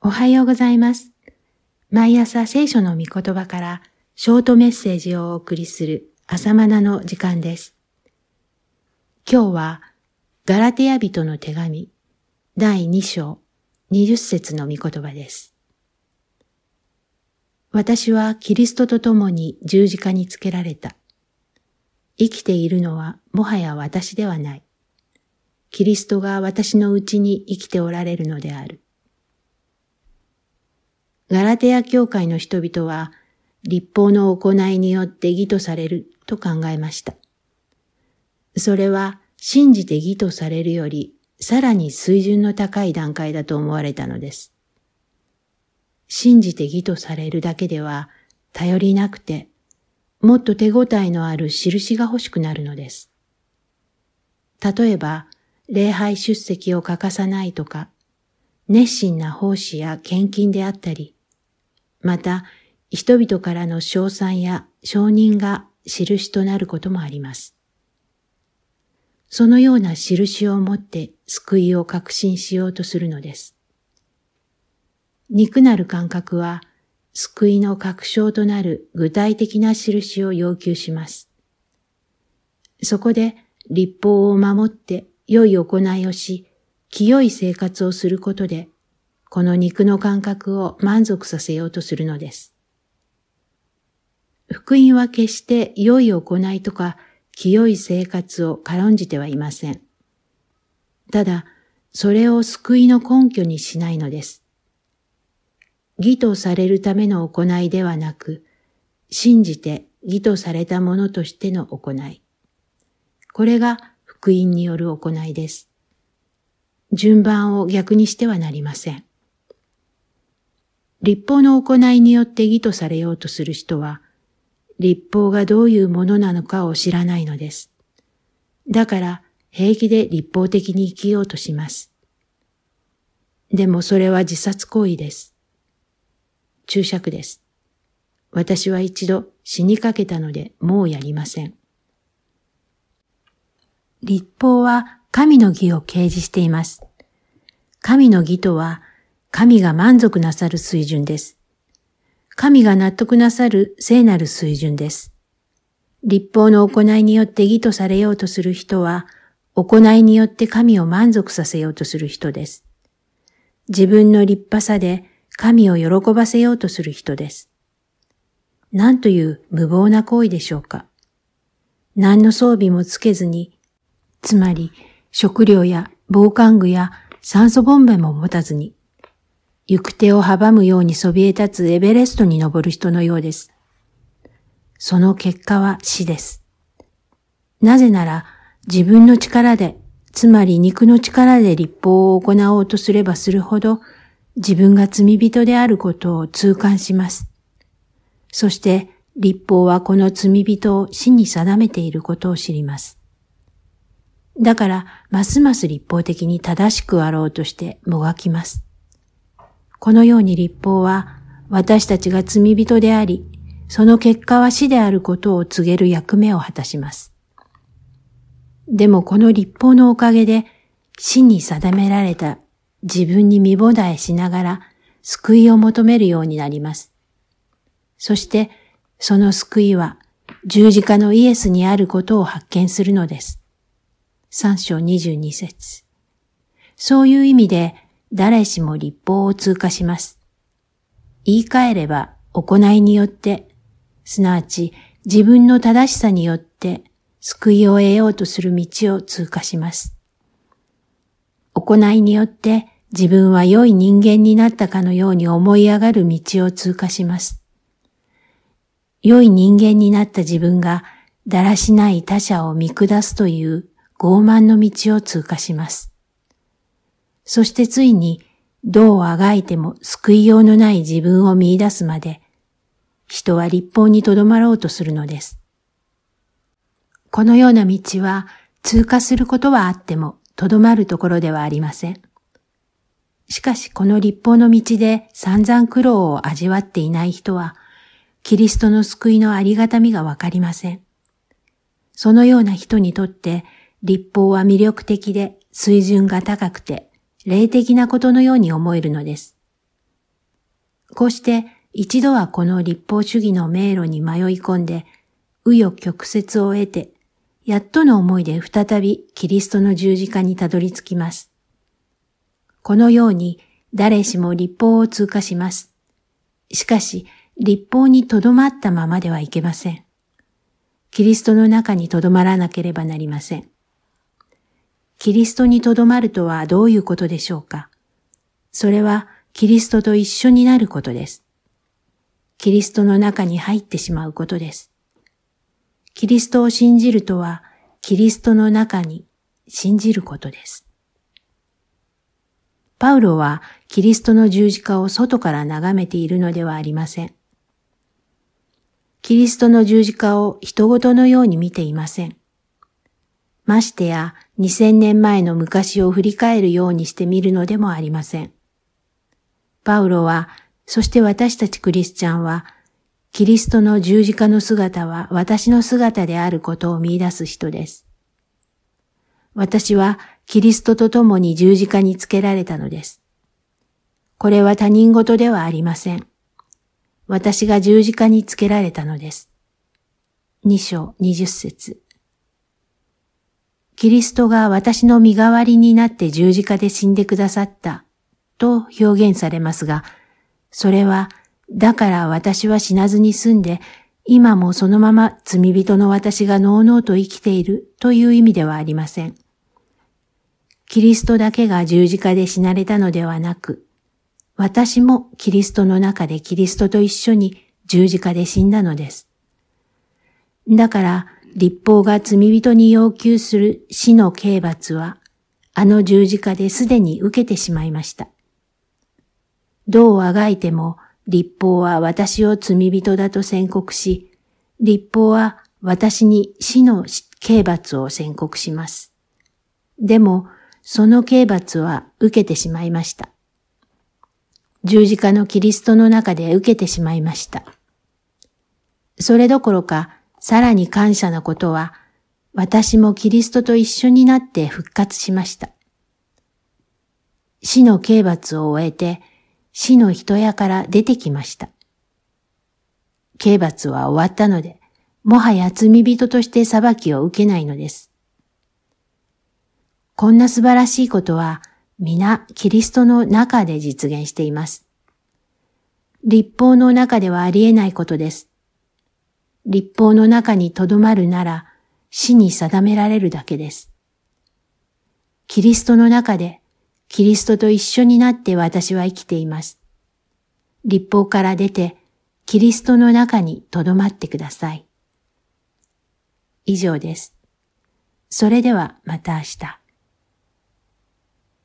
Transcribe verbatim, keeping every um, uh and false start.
おはようございます。毎朝聖書の御言葉からショートメッセージをお送りする朝マナの時間です。今日はガラテヤ人の手紙だいに章にじゅっ節の御言葉です。私はキリストと共に十字架につけられた。生きているのはもはや私ではない。キリストが私のうちに生きておられるのである。ガラテヤ教会の人々は律法の行いによって義とされると考えました。それは信じて義とされるよりさらに水準の高い段階だと思われたのです。信じて義とされるだけでは頼りなくて、もっと手応えのある印が欲しくなるのです。例えば、礼拝出席を欠かさないとか、熱心な奉仕や献金であったり、また、人々からの称賛や承認が印となることもあります。そのような印を持って救いを確信しようとするのです。肉なる感覚は、救いの確証となる具体的な印を要求します。そこで、律法を守って良い行いをし、清い生活をすることで、この肉の感覚を満足させようとするのです。福音は決して良い行いとか清い生活を軽んじてはいません。ただ、それを救いの根拠にしないのです。義とされるための行いではなく、信じて義とされたものとしての行い。これが福音による行いです。順番を逆にしてはなりません。律法の行いによって義とされようとする人は、律法がどういうものなのかを知らないのです。だから平気で律法的に生きようとします。でもそれは自殺行為です。注釈です。私は一度死にかけたのでもうやりません。律法は神の義を掲示しています。神の義とは、神が満足なさる水準です。神が納得なさる聖なる水準です。律法の行いによって義とされようとする人は、行いによって神を満足させようとする人です。自分の立派さで神を喜ばせようとする人です。なんという無謀な行為でしょうか。何の装備もつけずに、つまり食料や防寒具や酸素ボンベも持たずに、行く手を阻むようにそびえ立つエベレストに登る人のようです。その結果は死です。なぜなら自分の力で、つまり肉の力で律法を行おうとすればするほど、自分が罪人であることを痛感します。そして律法はこの罪人を死に定めていることを知ります。だから、ますます律法的に正しくあろうとしてもがきます。このように律法は、私たちが罪人であり、その結果は死であることを告げる役目を果たします。でもこの律法のおかげで、死に定められた自分に身ぼだえしながら、救いを求めるようになります。そして、その救いは、十字架のイエスにあることを発見するのです。さん章にじゅうに節。そういう意味で誰しも律法を通過します。言い換えれば行いによって、すなわち自分の正しさによって救いを得ようとする道を通過します。行いによって自分は良い人間になったかのように思い上がる道を通過します。良い人間になった自分がだらしない他者を見下すという傲慢の道を通過します。そしてついに、どうあがいても救いようのない自分を見出すまで、人は律法にとどまろうとするのです。このような道は、通過することはあっても、とどまるところではありません。しかし、この律法の道で散々苦労を味わっていない人は、キリストの救いのありがたみがわかりません。そのような人にとって、律法は魅力的で水準が高くて霊的なことのように思えるのです。 こうして一度はこの立法主義の迷路に迷い込んで、紆余曲折を得て、やっとの思いで再びキリストの十字架にたどり着きます。このように誰しも立法を通過します。しかし、立法にとどまったままではいけません。キリストの中にとどまらなければなりません。キリストにとどまるとはどういうことでしょうか。それはキリストと一緒になることです。キリストの中に入ってしまうことです。キリストを信じるとは、キリストの中に信じることです。パウロはキリストの十字架を外から眺めているのではありません。キリストの十字架を人事のように見ていません。ましてやにせんねんまえの昔を振り返るようにして見るのでもありません。パウロは、そして私たちクリスチャンは、キリストの十字架の姿は私の姿であることを見出す人です。私はキリストと共に十字架につけられたのです。これは他人事ではありません。私が十字架につけられたのです。に章にじゅっ節。キリストが私の身代わりになって十字架で死んでくださったと表現されますが、それはだから私は死なずに済んで、今もそのまま罪人の私がのうのうと生きているという意味ではありません。キリストだけが十字架で死なれたのではなく、私もキリストの中でキリストと一緒に十字架で死んだのです。だから、律法が罪人に要求する死の刑罰は、あの十字架ですでに受けてしまいました。どうあがいても、律法は私を罪人だと宣告し、律法は私に死の刑罰を宣告します。でも、その刑罰は受けてしまいました。十字架のキリストの中で受けてしまいました。それどころか、さらに感謝なことは、私もキリストと一緒になって復活しました。死の刑罰を終えて、死の人屋から出てきました。刑罰は終わったので、もはや罪人として裁きを受けないのです。こんな素晴らしいことは、皆キリストの中で実現しています。律法の中ではありえないことです。律法の中にとどまるなら、死に定められるだけです。キリストの中で、キリストと一緒になって私は生きています。律法から出て、キリストの中にとどまってください。以上です。それではまた明日。